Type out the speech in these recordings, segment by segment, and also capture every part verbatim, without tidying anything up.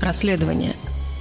расследования.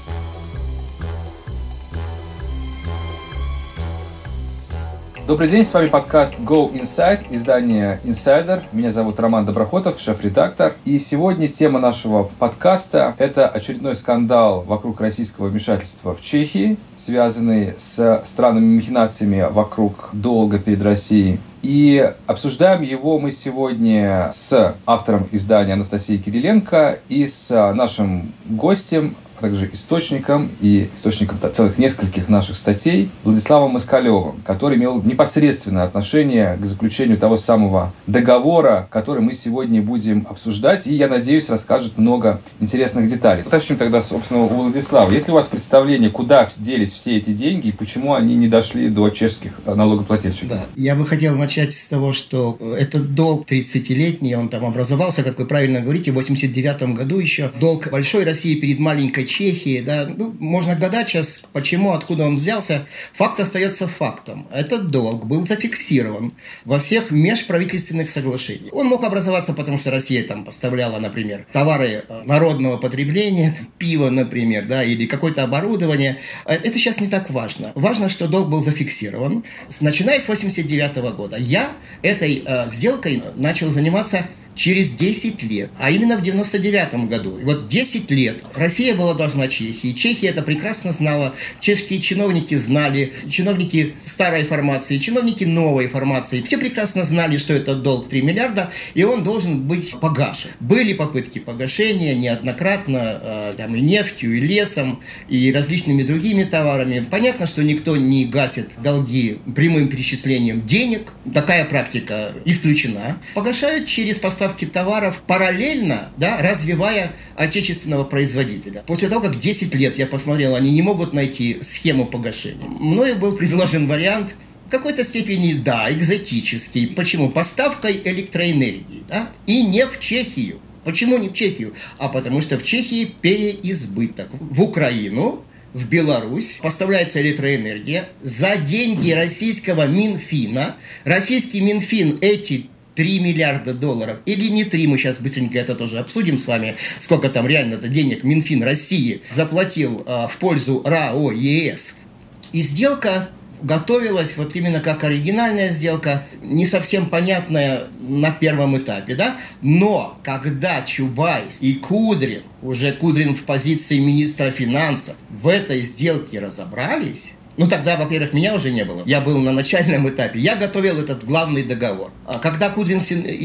Добрый день, с вами подкаст Go Inside, издание Insider. Меня зовут Роман Доброхотов, шеф-редактор. И сегодня тема нашего подкаста – это очередной скандал вокруг российского вмешательства в Чехии, связанный с странными махинациями вокруг долга перед Россией. И обсуждаем его мы сегодня с автором издания Анастасией Кириленко и с нашим гостем, а также источником и источником целых нескольких наших статей Владиславом Москалевым, который имел непосредственное отношение к заключению того самого договора, который мы сегодня будем обсуждать, и, я надеюсь, расскажет много интересных деталей. Начнем тогда, собственно, у Владислава. Есть ли у вас представление, куда делись все эти деньги и почему они не дошли до чешских налогоплательщиков? Да, я бы хотел начать с того, что этот долг тридцатилетний, он там образовался, как вы правильно говорите, в восемьдесят девятом году еще. Долг большой России перед маленькой Чехии, да, ну, можно гадать сейчас, почему, откуда он взялся. Факт остается фактом. Этот долг был зафиксирован во всех межправительственных соглашениях. Он мог образоваться, потому что Россия там поставляла, например, товары народного потребления, пиво, например, да, или какое-то оборудование. Это сейчас не так важно. Важно, что долг был зафиксирован. Начиная с восемьдесят девятого года я этой э, сделкой начал заниматься через десять лет, а именно в девяносто девятом году. И вот десять лет Россия была должна Чехии. Чехия это прекрасно знала. Чешские чиновники знали, чиновники старой формации, чиновники новой формации. Все прекрасно знали, что этот долг три миллиарда, и он должен быть погашен. Были попытки погашения неоднократно, э, там и нефтью, и лесом, и различными другими товарами. Понятно, что никто не гасит долги прямым перечислением денег. Такая практика исключена. Погашают через поставку товаров параллельно, да, развивая отечественного производителя. После того, как десять лет я посмотрел, они не могут найти схему погашения. Мною был предложен вариант в какой-то степени, да, экзотический. Почему? Поставкой электроэнергии, да, и не в Чехию. Почему не в Чехию? А потому что в Чехии переизбыток. В Украину, в Беларусь поставляется электроэнергия за деньги российского Минфина. Российский Минфин эти три миллиарда долларов, или не три, мы сейчас быстренько это тоже обсудим с вами, сколько там реально-то денег Минфин России заплатил э, в пользу РАО ЕС. И сделка готовилась вот именно как оригинальная сделка, не совсем понятная на первом этапе, да, но когда Чубайс и Кудрин, уже Кудрин в позиции министра финансов, в этой сделке разобрались. Ну, тогда, во-первых, меня уже не было. Я был на начальном этапе. Я готовил этот главный договор. А когда Кудрин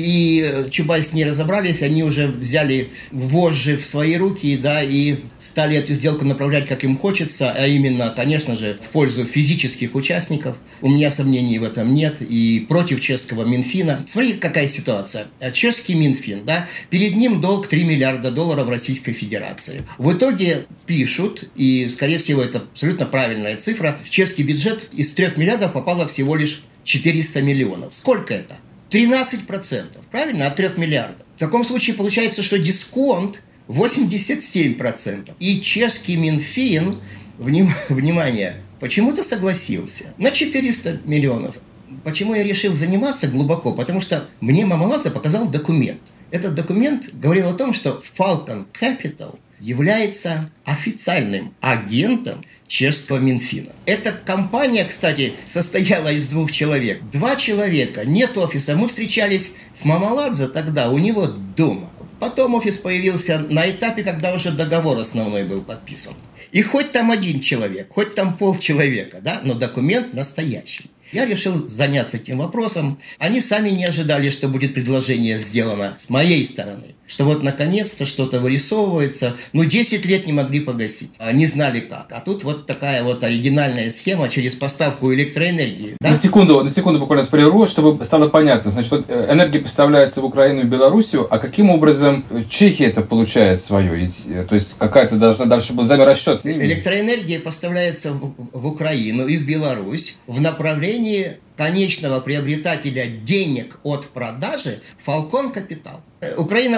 и Чубайс не разобрались, они уже взяли вожжи в свои руки, да, и стали эту сделку направлять, как им хочется, а именно, конечно же, в пользу физических участников. У меня сомнений в этом нет. И против чешского Минфина. Смотрите, какая ситуация. Чешский Минфин, да, перед ним долг три миллиарда долларов Российской Федерации. В итоге пишут, и, скорее всего, это абсолютно правильная цифра, в чешский бюджет из трех миллиардов попало всего лишь четыреста миллионов. Сколько это? тринадцать процентов, правильно, от трех миллиардов. В таком случае получается, что дисконт восемьдесят семь процентов. И чешский Минфин, вним, внимание, почему-то согласился на четыреста миллионов. Почему я решил заниматься глубоко? Потому что мне Мамаладзе показал документ. Этот документ говорил о том, что Falcon Capital является официальным агентом чешского Минфина. Эта компания, кстати, состояла из двух человек. Два человека, нет офиса. Мы встречались с Мамаладзе тогда у него дома. Потом офис появился на этапе, когда уже договор основной был подписан. И хоть там один человек, хоть там полчеловека, да, но документ настоящий. Я решил заняться этим вопросом. Они сами не ожидали, что будет предложение сделано с моей стороны. Что вот наконец-то что-то вырисовывается. Ну, десять лет не могли погасить. Не знали как. А тут вот такая вот оригинальная схема через поставку электроэнергии. Да? На секунду, на секунду буквально прерву, чтобы стало понятно. Значит, вот энергия поставляется в Украину и Белоруссию. А каким образом Чехия это получает свое? То есть какая-то должна дальше был замер расчет с ними? Электроэнергия поставляется в, в Украину и в Беларусь в направлении конечного приобретателя денег от продажи Falcon Capital. Украина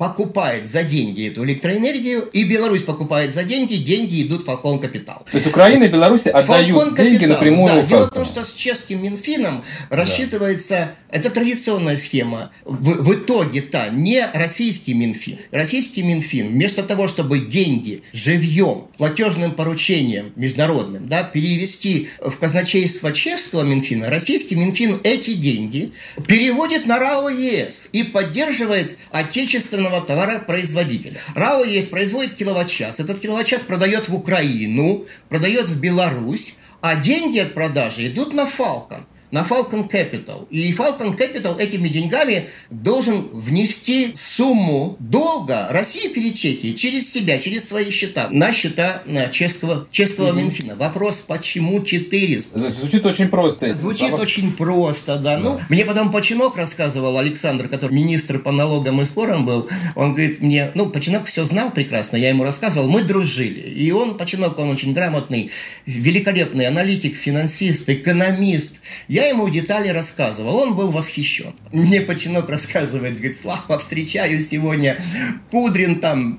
покупает за деньги эту электроэнергию, и Беларусь покупает за деньги, деньги идут в Falcon Capital. То есть Украина и Беларусь отдают Falcon деньги Capital, напрямую да. Falcon. Дело в том, что с чешским Минфином рассчитывается, да. это традиционная схема, в, в итоге-то не российский Минфин. Российский Минфин вместо того, чтобы деньги живьем, платежным поручением международным, да, перевести в казначейство чешского Минфина, российский Минфин эти деньги переводит на РАО ЕС и поддерживает отечественного товаропроизводителя. РАО ЕС производит киловатт-час. Этот киловатт-час продает в Украину, продает в Беларусь, а деньги от продажи идут на Falcon. На Falcon Capital. И Falcon Capital этими деньгами должен внести сумму долга России перед Чехией через себя, через свои счета, на счета на чешского, чешского mm-hmm. Минфина. Вопрос, почему четыреста? Звучит очень просто. Звучит Запах... очень просто, да. да. Ну, мне потом Починок рассказывал, Александр, который министр по налогам и спорам был, он говорит мне, ну, Починок все знал прекрасно, я ему рассказывал, мы дружили. И он, Починок, он очень грамотный, великолепный аналитик, финансист, экономист. Я Я ему детали рассказывал, он был восхищен. Мне Починок рассказывает, говорит, Слава, встречаю сегодня Кудрин там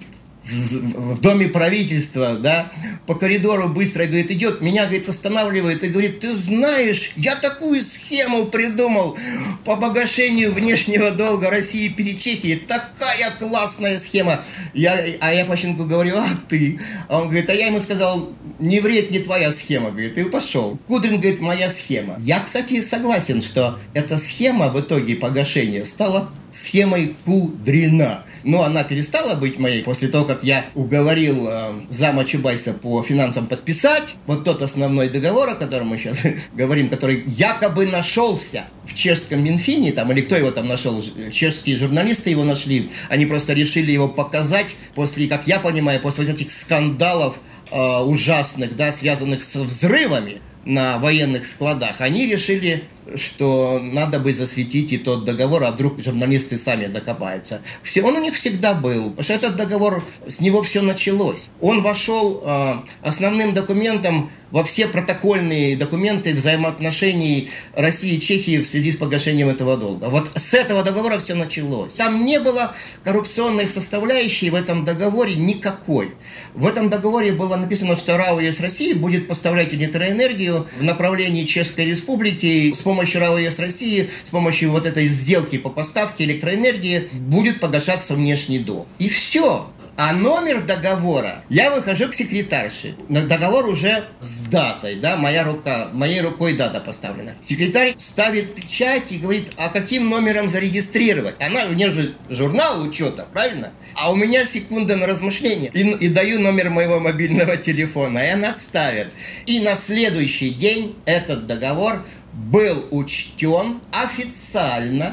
в, в доме правительства, да, по коридору быстро, говорит, идет, меня, говорит, останавливает и говорит, ты знаешь, я такую схему придумал по погашению внешнего долга России перед Чехией, такая классная схема. Я, а я Починку говорю, а ты? А он говорит, а я ему сказал, не вред, не твоя схема, говорит, и пошел. Кудрин говорит, моя схема. Я, кстати, согласен, что эта схема в итоге погашения стала схемой Кудрина. Но она перестала быть моей после того, как я уговорил э, зама Чубайса по финансам подписать вот тот основной договор, о котором мы сейчас говорим, который якобы нашелся в чешском Минфине, там, или кто его там нашел, чешские журналисты его нашли, они просто решили его показать после, как я понимаю, после вот этих скандалов э, ужасных, да, связанных с взрывами на военных складах, они решили, что надо бы засветить и тот договор, а вдруг журналисты сами докопаются. Все, он у них всегда был, потому что этот договор, с него все началось. Он вошел э, основным документом во все протокольные документы взаимоотношений России и Чехии в связи с погашением этого долга. Вот с этого договора все началось. Там не было коррупционной составляющей в этом договоре никакой. В этом договоре было написано, что РАО ЕС России будет поставлять электроэнергию в направлении Чешской Республики с помощью РАО ЕС России, с помощью вот этой сделки по поставке электроэнергии будет погашаться внешний долг. И все. А номер договора, я выхожу к секретарше. Договор уже с датой, да, моя рука, моей рукой дата поставлена. Секретарь ставит печать и говорит, а каким номером зарегистрировать? Она, у нее же журнал учета, правильно? А у меня секунда на размышление. И, и даю номер моего мобильного телефона, и она ставит. И на следующий день этот договор был учтен официально,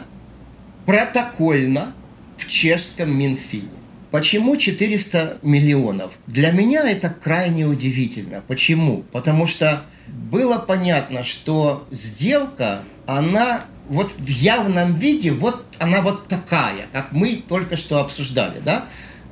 протокольно в чешском Минфине. Почему четыреста миллионов? Для меня это крайне удивительно. Почему? Потому что было понятно, что сделка, она вот в явном виде, вот она вот такая, как мы только что обсуждали, да?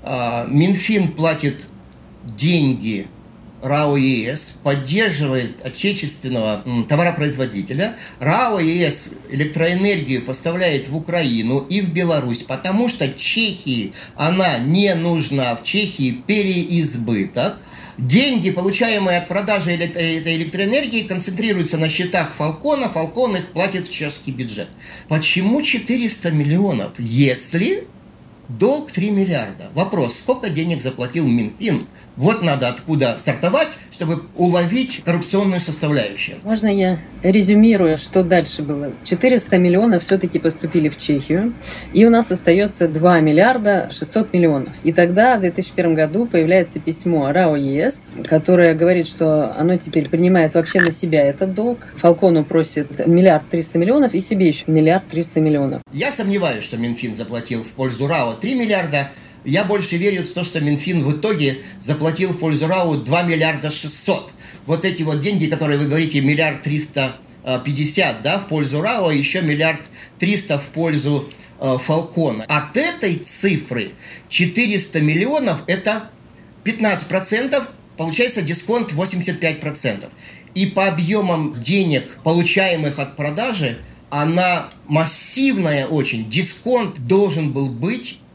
Минфин платит деньги РАО ЕС, поддерживает отечественного товаропроизводителя. РАО ЕС электроэнергию поставляет в Украину и в Беларусь, потому что Чехии она не нужна, в Чехии переизбыток. Деньги, получаемые от продажи этой электроэнергии, концентрируются на счетах Falcon, Falcon их платит в чешский бюджет. Почему четыреста миллионов, если долг три миллиарда? Вопрос, сколько денег заплатил Минфин? Вот надо откуда стартовать, чтобы уловить коррупционную составляющую. Можно я резюмирую, что дальше было? четыреста миллионов все-таки поступили в Чехию, и у нас остается два миллиарда шестьсот миллионов. И тогда в две тысячи первом году появляется письмо РАО ЕС, которое говорит, что оно теперь принимает вообще на себя этот долг. Falcon просит миллиард триста миллионов и себе еще миллиард триста миллионов. Я сомневаюсь, что Минфин заплатил в пользу РАО три миллиарда. Я больше верю в то, что Минфин в итоге заплатил в пользу РАО два миллиарда шестьсот. Вот эти вот деньги, которые вы говорите, миллиард триста пятьдесят, да, в пользу РАО, еще миллиард триста в пользу э, Falcon. От этой цифры четыреста миллионов это пятнадцать процентов, получается дисконт восемьдесят пять процентов. И по объемам денег, получаемых от продажи, она массивная очень. Дисконт должен был быть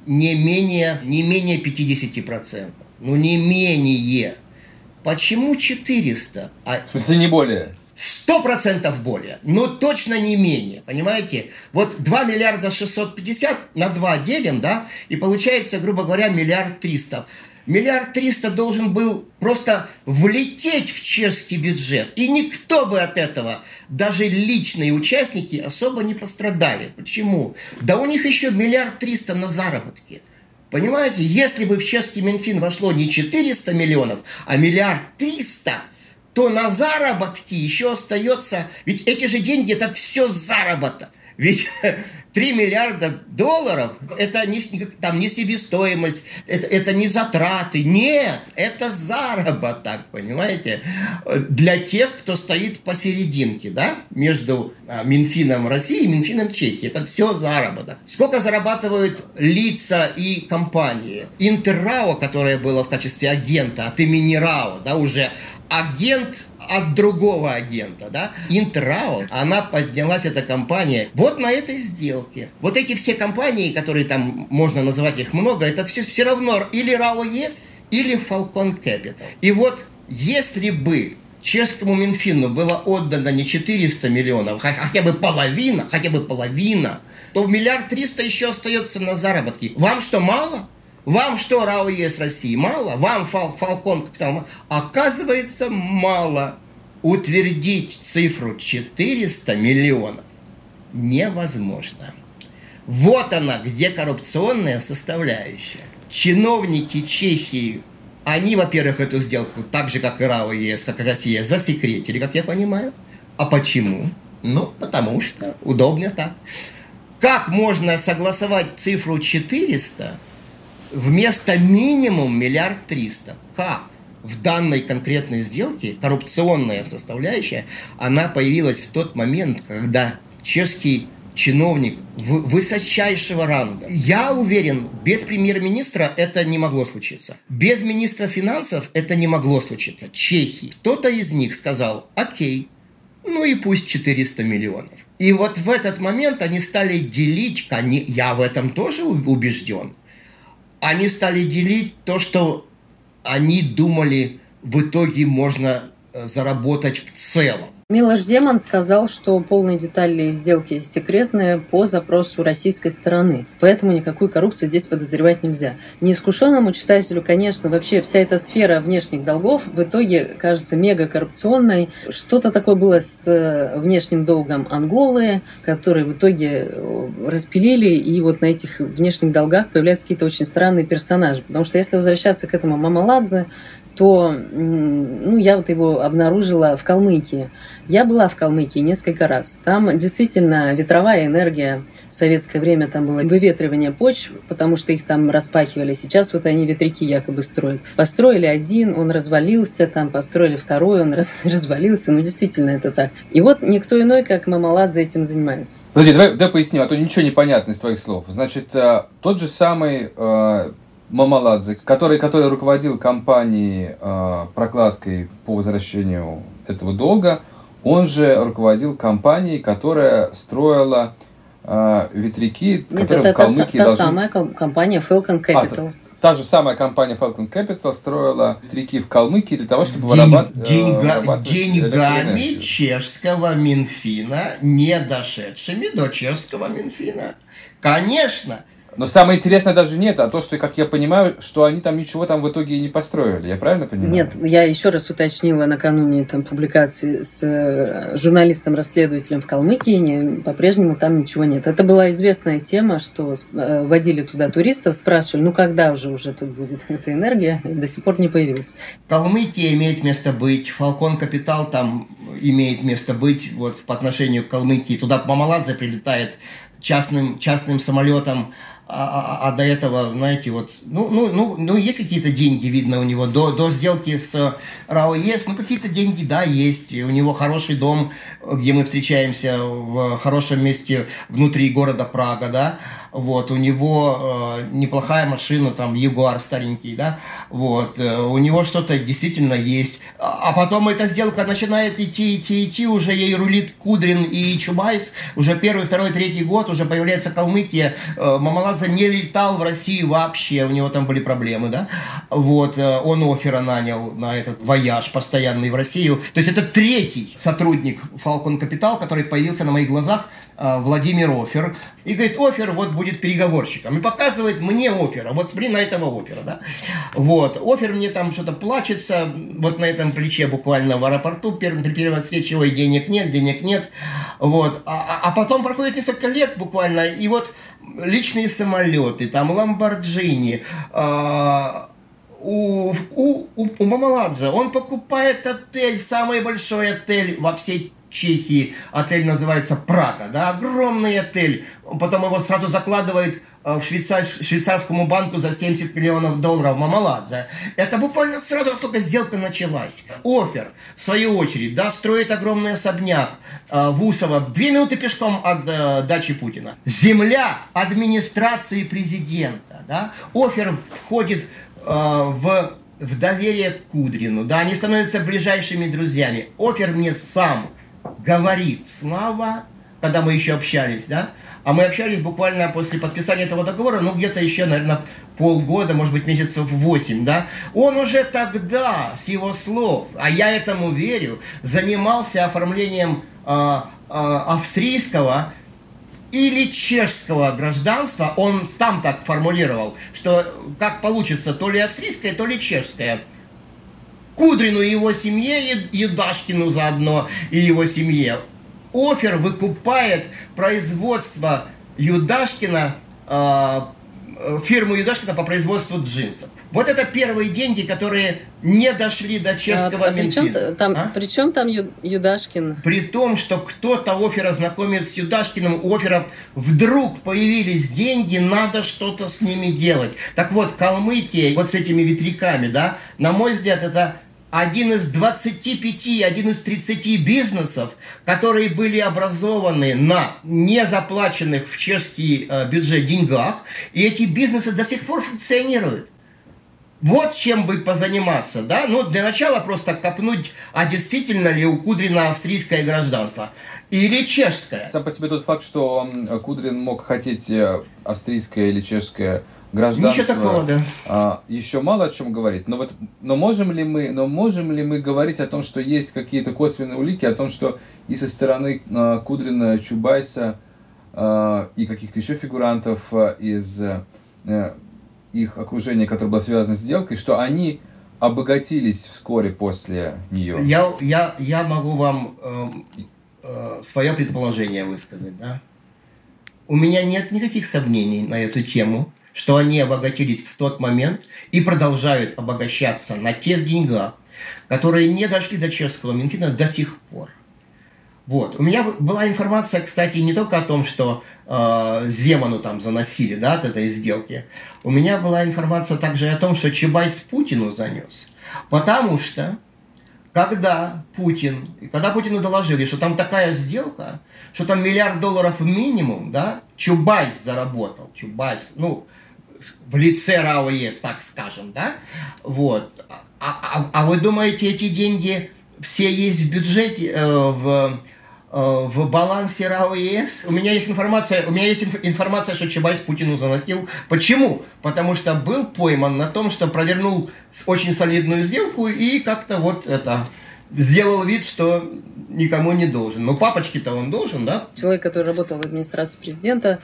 не менее, не менее пятьдесят процентов. Ну, не менее. Почему четыреста? А... В смысле, не более? Сто процентов более, но точно не менее, понимаете? Вот два миллиарда шестьсот пятьдесят на два делим, да, и получается, грубо говоря, миллиард триста. Миллиард триста должен был просто влететь в чешский бюджет, и никто бы от этого, даже личные участники, особо не пострадали. Почему? Да у них еще миллиард триста на заработки. Понимаете, если бы в чешский Минфин вошло не четыреста миллионов, а миллиард триста, то на заработки еще остается... Ведь эти же деньги – это все заработок. Ведь три миллиарда долларов – это не, там, не себестоимость, это, это не затраты. Нет, это заработок, понимаете? Для тех, кто стоит посерединке, да? Между Минфином России и Минфином Чехии. Это все заработок. Сколько зарабатывают лица и компании? Интеррао, которое было в качестве агента от имени Рао, да, уже... Агент от другого агента, да, Интеррао, она поднялась, эта компания, вот на этой сделке. Вот эти все компании, которые там, можно называть их много, это все, все равно или Рао ЕС, или Falcon Capital. И вот если бы чешскому Минфину было отдано не четыреста миллионов, хотя бы половина, хотя бы половина, то миллиард триста еще остается на заработки. Вам что, мало? Вам что, Рао ЕС России, мало? Вам Falcon Capital мало? Оказывается, мало. Утвердить цифру четыреста миллионов невозможно. Вот она, где коррупционная составляющая. Чиновники Чехии, они, во-первых, эту сделку, так же, как и Рао ЕС, как и Россия, засекретили, как я понимаю. А почему? Ну, потому что удобно так. Как можно согласовать цифру четыреста вместо минимум миллиард триста? Как? В данной конкретной сделке коррупционная составляющая, она появилась в тот момент, когда чешский чиновник высочайшего ранга, я уверен, без премьер-министра это не могло случиться. Без министра финансов это не могло случиться. Чехии. Кто-то из них сказал: окей, ну и пусть четыреста миллионов. И вот в этот момент они стали делить, я в этом тоже убежден, они стали делить то, что они думали, в итоге можно заработать в целом. Милош Земан сказал, что полные детали сделки секретные по запросу российской стороны. Поэтому никакую коррупцию здесь подозревать нельзя. Неискушенному читателю, конечно, вообще вся эта сфера внешних долгов в итоге кажется мегакоррупционной. Что-то такое было с внешним долгом Анголы, который в итоге распилили, и вот на этих внешних долгах появляются какие-то очень странные персонажи. Потому что если возвращаться к этому Мамаладзе, то ну, я вот его обнаружила в Калмыкии. Я была в Калмыкии несколько раз. Там действительно ветровая энергия. В советское время там было выветривание почв, потому что их там распахивали. Сейчас вот они ветряки якобы строят. Построили один, он развалился, там построили второй, он раз, развалился. Ну, действительно, это так. И вот никто иной, как Мамаладзе, этим занимается. Подожди, давай, давай поясним, а то ничего не понятно из твоих слов. Значит, тот же самый... Э... Мамаладзе, который, который руководил компанией э, прокладкой по возвращению этого долга, он же руководил компанией, которая строила э, ветряки, Нет, которые это в Калмыкии та, должны... та самая компания Falcon Capital. А, та, та же самая компания Falcon Capital строила ветряки в Калмыкии для того, чтобы День, вырабат... деньга, вырабатывать деньгами чешского Минфина, не дошедшими до чешского Минфина. Конечно. Но самое интересное даже не это, а то, что, как я понимаю, что они там ничего там в итоге и не построили. Я правильно понимаю? Нет, я еще раз уточнила накануне там, публикации с журналистом-расследователем в Калмыкии, не, по-прежнему там ничего нет. Это была известная тема, что э, водили туда туристов, спрашивали, ну когда уже уже тут будет эта энергия, и до сих пор не появилась. Калмыкия имеет место быть, Falcon Capital там имеет место быть, вот по отношению к Калмыкии. Туда Мамаладзе прилетает частным, частным самолетом. А, а, а до этого, знаете, вот, ну, ну, ну, ну, есть какие-то деньги, видно, у него до, до сделки с Рао ЕС, ну, какие-то деньги, да, есть. И у него хороший дом, где мы встречаемся в хорошем месте внутри города Прага, да. Вот, у него э, неплохая машина, там, Ягуар старенький, да, вот, э, у него что-то действительно есть. А, а потом эта сделка начинает идти, идти, идти, уже ей рулит Кудрин и Чубайс, уже первый, второй, третий год, уже появляется Калмыкия, э, Мамаладзе не летал в Россию вообще, у него там были проблемы, да, вот, э, он Оффера нанял на этот вояж постоянный в Россию, то есть это третий сотрудник Falcon Capital, который появился на моих глазах, Владимир Оффер, и говорит, Оффер вот будет переговорщиком, и показывает мне Оффера, вот смотри на этого Оффера, да, вот, Оффер мне там что-то плачется, вот на этом плече буквально в аэропорту, при первой встрече, ой, денег нет, денег нет, вот, а, а потом проходит несколько лет буквально, и вот личные самолеты, там, Ламборджини, а, у, у, у, у Мамаладзе, он покупает отель, самый большой отель во всей Чехии, отель называется Прага, да, огромный отель, потом его сразу закладывает в швейцар, швейцарскому банку за семьдесят миллионов долларов Мамаладзе. Это буквально сразу, как только сделка началась. Оффер, в свою очередь, да, строит огромный особняк э, в Усово, две минуты пешком от э, дачи Путина. Земля администрации президента, да, Оффер входит э, в, в доверие к Кудрину, да, они становятся ближайшими друзьями. Оффер мне сам говорит, Слава, когда мы еще общались, да, а мы общались буквально после подписания этого договора, ну, где-то еще, наверное, полгода, может быть, месяцев восемь, да, он уже тогда, с его слов, а я этому верю, занимался оформлением э, э, австрийского или чешского гражданства, он сам так формулировал, что как получится, то ли австрийское, то ли чешское. Кудрину и его семье, и Юдашкину заодно, и его семье. Оффер выкупает производство Юдашкина, э, фирму Юдашкина по производству джинсов. Вот это первые деньги, которые не дошли до чешского а, а при чем там, а? при чем там Ю, Юдашкин? При том, что кто-то Оффера знакомит с Юдашкиным, у Оффера вдруг появились деньги, надо что-то с ними делать. Так вот, Калмыкия, вот с этими ветряками, да, на мой взгляд, это один из двадцати пяти, один из тридцати бизнесов, которые были образованы на незаплаченных в чешский э, бюджет деньгах, и эти бизнесы до сих пор функционируют. Вот чем бы позаниматься, да? Ну, для начала просто копнуть, а действительно ли у Кудрина австрийское гражданство или чешское. Сам по себе тот факт, что Кудрин мог хотеть австрийское или чешское гражданство, ничего такого, да. А, еще мало о чем говорит. Но вот, но можем ли мы, но можем ли мы говорить о том, что есть какие-то косвенные улики о том, что и со стороны а, Кудрина, Чубайса а, и каких-то еще фигурантов а, из а, их окружения, которое было связано с сделкой, что они обогатились вскоре после нее? Я, я, я могу вам э, э, свое предположение высказать, да? У меня нет никаких сомнений на эту тему, что они обогатились в тот момент и продолжают обогащаться на тех деньгах, которые не дошли до чешского Минфина до сих пор. Вот. У меня была информация, кстати, не только о том, что э, Земану там заносили, да, от этой сделки. У меня была информация также и о том, что Чубайс Путину занес. Потому что, когда Путин, когда Путину доложили, что там такая сделка, что там миллиард долларов минимум, да, Чубайс заработал, Чубайс, ну, в лице РАО ЕС, так скажем, да, вот. А, а, а вы думаете, эти деньги все есть в бюджете, э, в, э, в балансе РАО ЕС? У меня есть информация, у меня есть информация, что Чубайс Путину заносил. Почему? Потому что был пойман на том, что провернул очень солидную сделку и как-то вот это сделал вид, что никому не должен. Но папочке-то он должен, да? Человек, который работал в администрации президента,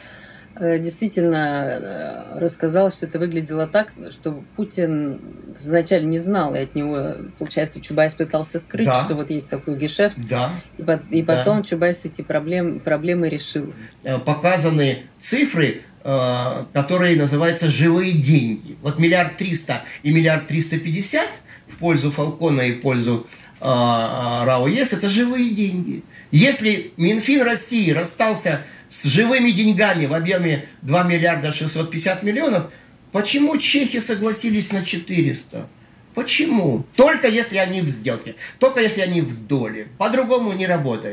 действительно рассказал, что это выглядело так, что Путин вначале не знал, и от него, получается, Чубайс пытался скрыть, да, что вот есть такой гешефт, да, и, и потом, да, Чубайс эти проблем, проблемы решил. Показаны цифры, которые называются живые деньги. Вот миллиард триста и миллиард триста пятьдесят в пользу Фалкона и в пользу РАО ЕС – это живые деньги. Если Минфин России расстался с живыми деньгами в объеме два миллиарда шестьсот пятьдесят миллионов, почему чехи согласились на четыреста? Почему? Только если они в сделке, только если они в доле. По-другому не работает.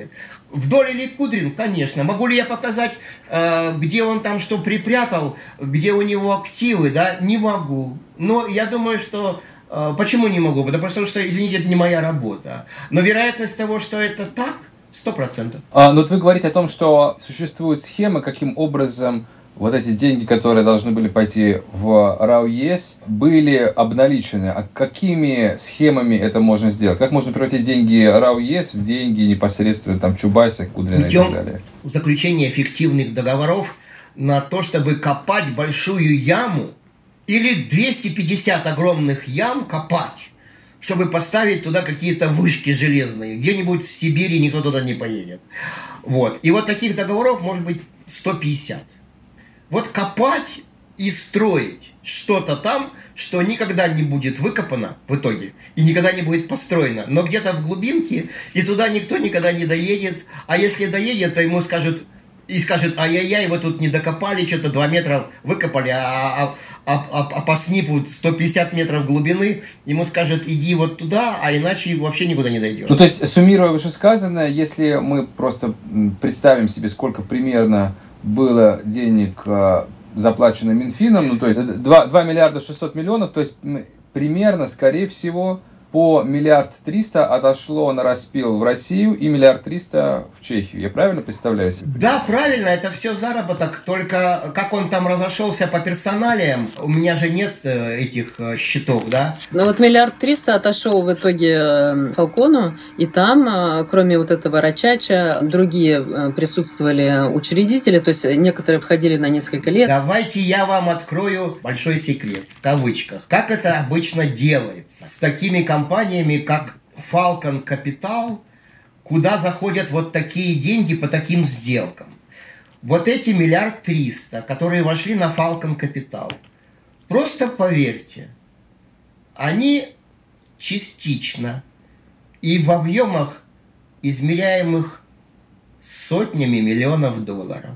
В доле ли Кудрин? Конечно. Могу ли я показать, э, где он там что припрятал, где у него активы, да? Не могу. Но я думаю, что... Э, почему не могу? Потому что, извините, это не моя работа. Но вероятность того, что это так, сто процентов. А, ну вот вы говорите о том, что существуют схемы, каким образом вот эти деньги, которые должны были пойти в РАО ЕС, были обналичены. А какими схемами это можно сделать? Как можно превратить деньги РАО ЕС в деньги непосредственно там Чубайса, Кудрина и так далее? Заключение фиктивных договоров на то, чтобы копать большую яму или двести пятьдесят огромных ям копать, чтобы поставить туда какие-то вышки железные. Где-нибудь в Сибири никто туда не поедет. Вот. И вот таких договоров может быть сто пятьдесят. Вот копать и строить что-то там, что никогда не будет выкопано в итоге и никогда не будет построено, но где-то в глубинке, и туда никто никогда не доедет, а если доедет, то ему скажут, и скажет, ай-яй-яй, вы тут не докопали, что-то два метра выкопали, а, а, а, а, а по снипу сто пятьдесят метров глубины, ему скажут, иди вот туда, а иначе вообще никуда не дойдешь. Ну, то есть, суммируя вышесказанное, если мы просто представим себе, сколько примерно было денег заплачено Минфином, ну то есть два миллиарда шестьсот миллионов, то есть примерно, скорее всего, по миллиард триста отошло на распил в Россию и миллиард триста в Чехию. Я правильно представляю себе? Да, правильно, это все заработок, только как он там разошелся по персоналиям, у меня же нет э, этих э, счетов, да? Ну вот миллиард триста отошел в итоге Фалкону, и там, э, кроме вот этого Рачача, другие э, присутствовали учредители, то есть некоторые входили на несколько лет. Давайте я вам открою большой секрет, в кавычках. Как это обычно делается с такими компаниями, компаниями, как Falcon Capital, куда заходят вот такие деньги по таким сделкам. Вот эти миллиард триста, которые вошли на Falcon Capital, просто поверьте, они частично и в объемах, измеряемых сотнями миллионов долларов,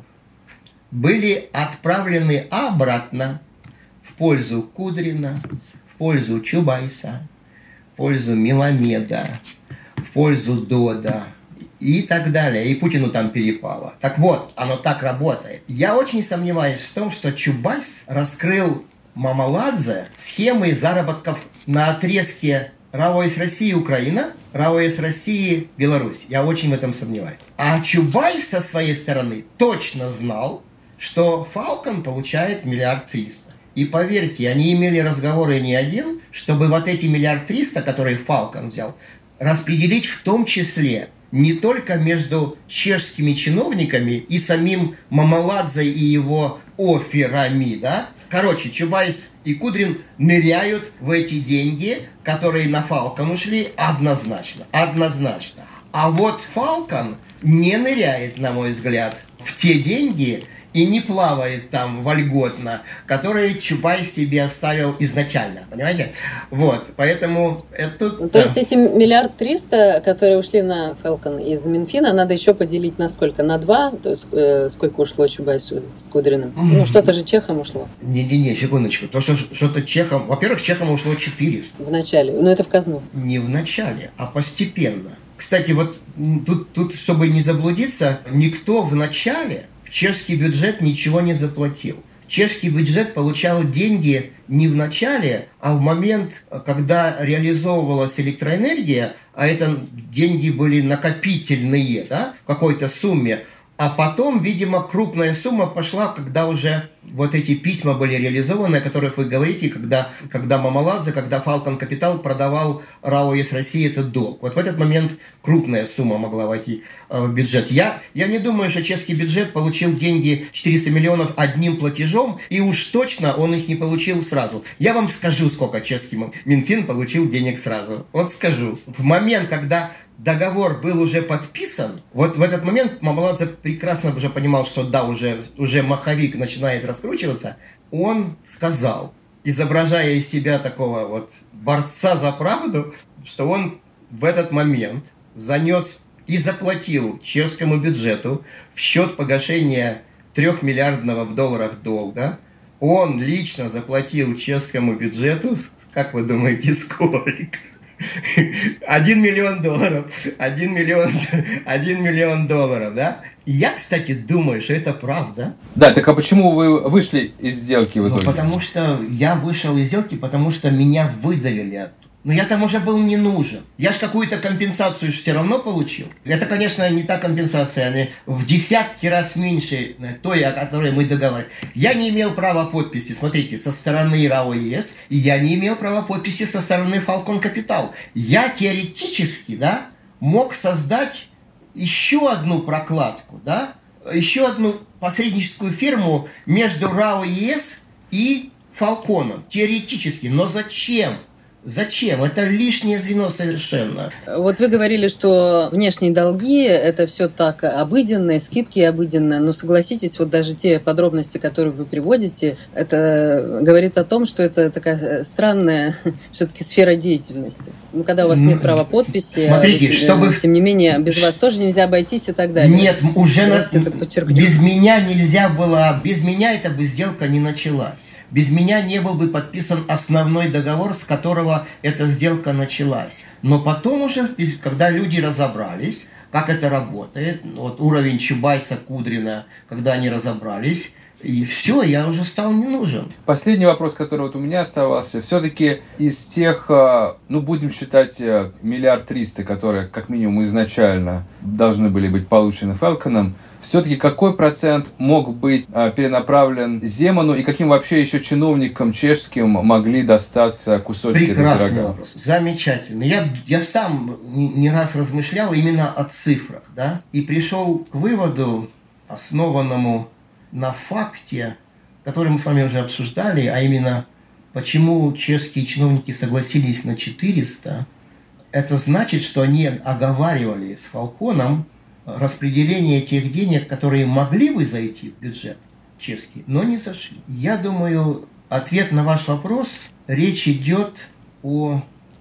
были отправлены обратно в пользу Кудрина, в пользу Чубайса, в пользу Меламеда, в пользу Дода и так далее. И Путину там перепало. Так вот, оно так работает. Я очень сомневаюсь в том, что Чубайс раскрыл Мамаладзе схемы заработков на отрезке РАО ЕС России Украина, РАО ЕС России Беларусь. Я очень в этом сомневаюсь. А Чубайс со своей стороны точно знал, что Falcon получает миллиард триста. И поверьте, они имели разговоры не один, чтобы вот эти миллиард триста, которые Falcon взял, распределить в том числе не только между чешскими чиновниками и самим Мамаладзе и его оферами, да? Короче, Чубайс и Кудрин ныряют в эти деньги, которые на Falcon ушли, однозначно, однозначно. А вот Falcon не ныряет, на мой взгляд, в те деньги и не плавает там вольготно, которые Чубайс себе оставил изначально, понимаете? Вот, поэтому это... Ну, то есть эти миллиард триста, которые ушли на Falcon из Минфина, надо еще поделить на сколько? На два? То есть э, сколько ушло Чубайсу с Кудриным? Mm-hmm. Ну, что-то же чехам ушло. Не-не-не, секундочку. То, что что-то чехам... Во-первых, чехам ушло четыреста. В начале. Ну, это в казну. Не в начале, а постепенно. Кстати, вот тут, тут, чтобы не заблудиться, никто в начале в чешский бюджет ничего не заплатил. Чешский бюджет получал деньги не в начале, а в момент, когда реализовывалась электроэнергия, а это деньги были накопительные, да, в какой-то сумме. А потом, видимо, крупная сумма пошла, когда уже вот эти письма были реализованы, о которых вы говорите, когда, когда Мамаладзе, когда Falcon Capital продавал РАО ЕС России этот долг. Вот в этот момент крупная сумма могла войти в бюджет. Я, я не думаю, что чешский бюджет получил деньги четыреста миллионов одним платежом, и уж точно он их не получил сразу. Я вам скажу, сколько чешский Минфин получил денег сразу. Вот скажу. В момент, когда договор был уже подписан, вот в этот момент Мамаладзе прекрасно уже понимал, что да, уже, уже маховик начинает раскручиваться, он сказал, изображая из себя такого вот борца за правду, что он в этот момент занес и заплатил чешскому бюджету в счет погашения трехмиллиардного в долларах долга. Он лично заплатил чешскому бюджету, как вы думаете, сколько? Один миллион долларов, один миллион, один миллион долларов, да? Я, кстати, думаю, что это правда. Да, так а почему вы вышли из сделки в итоге? Ну, потому что я вышел из сделки, потому что меня выдавили оттуда. Но я там уже был не нужен. Я ж какую-то компенсацию все равно получил. Это, конечно, не та компенсация, она в десятки раз меньше той, о которой мы договаривались. Я не имел права подписи, смотрите, со стороны РАО ЕС, и я не имел права подписи со стороны Falcon Capital. Я теоретически, да, мог создать еще одну прокладку, да, еще одну посредническую фирму между РАО ЕС и Falcon. Теоретически. Но зачем? Зачем? Это лишнее звено совершенно. Вот вы говорили, что внешние долги – это все так обыденное, скидки обыденные, но согласитесь, вот даже те подробности, которые вы приводите, это говорит о том, что это такая странная все-таки сфера деятельности. Ну, когда у вас нет права подписи, смотрите, а, чтобы... тем не менее, без вас тоже нельзя обойтись и так далее. Нет, уже на... это без меня нельзя было, без меня эта бы сделка не началась. Без меня не был бы подписан основной договор, с которого эта сделка началась. Но потом уже, когда люди разобрались, как это работает, вот уровень Чубайса, Кудрина, когда они разобрались, и все, я уже стал не нужен. Последний вопрос, который вот у меня оставался. Все-таки из тех, ну, будем считать, миллиард триста, которые, как минимум, изначально должны были быть получены Falcon, все-таки какой процент мог быть а, перенаправлен Земану и каким вообще еще чиновникам чешским могли достаться кусочки этого пирога? Прекрасный вопрос. Замечательно. Я, я сам не, не раз размышлял именно о цифрах, да, и пришел к выводу, основанному на факте, который мы с вами уже обсуждали, а именно, почему чешские чиновники согласились на четыреста. Это значит, что они оговаривали с Фалконом распределение тех денег, которые могли бы зайти в бюджет чешский, но не зашли. Я думаю, ответ на ваш вопрос, речь идет о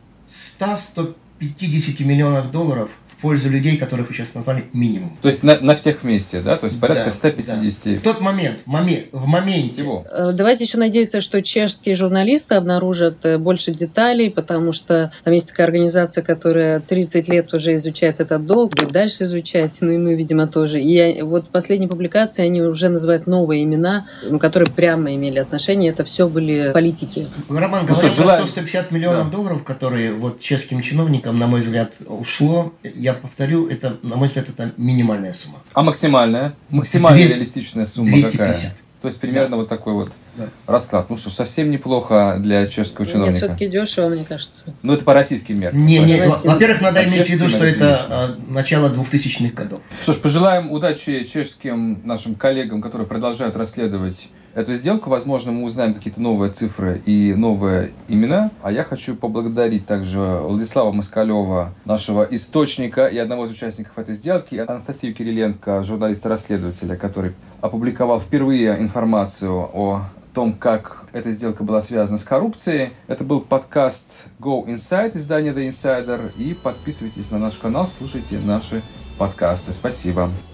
ста — ста пятидесяти миллионах долларов в пользу людей, которых вы сейчас назвали минимум. То есть на, на всех вместе, да? То есть порядка да, ста пятидесяти. Да. В тот момент, в, момент, в моменте. Всего. Давайте еще надеяться, что чешские журналисты обнаружат больше деталей, потому что там есть такая организация, которая тридцать лет уже изучает этот долг, будет дальше изучать, ну и мы, видимо, тоже. И вот в последней публикации они уже называют новые имена, которые прямо имели отношение. Это все были политики. Роман, ну, говоря что, про сто пятьдесят миллионов да. долларов, которые вот чешским чиновникам, на мой взгляд, ушло, я повторю, это, на мой взгляд, это минимальная сумма. А максимальная? Максимальная реалистичная сумма двести пятьдесят. Какая? То есть примерно да. вот такой вот да. расклад. Ну что ж, совсем неплохо для чешского чиновника. Нет, все-таки дешево, мне кажется. Ну это по российским меркам. Не, не, во-первых, надо а иметь в виду, что это конечно. начало двухтысячных годов. Что ж, пожелаем удачи чешским нашим коллегам, которые продолжают расследовать эту сделку. Возможно, мы узнаем какие-то новые цифры и новые имена. А я хочу поблагодарить также Владислава Москалева, нашего источника и одного из участников этой сделки, Анастасию Кириленко, журналиста-расследователя, который опубликовал впервые информацию о том, как эта сделка была связана с коррупцией. Это был подкаст Go Inside, издание The Insider. И подписывайтесь на наш канал, слушайте наши подкасты. Спасибо.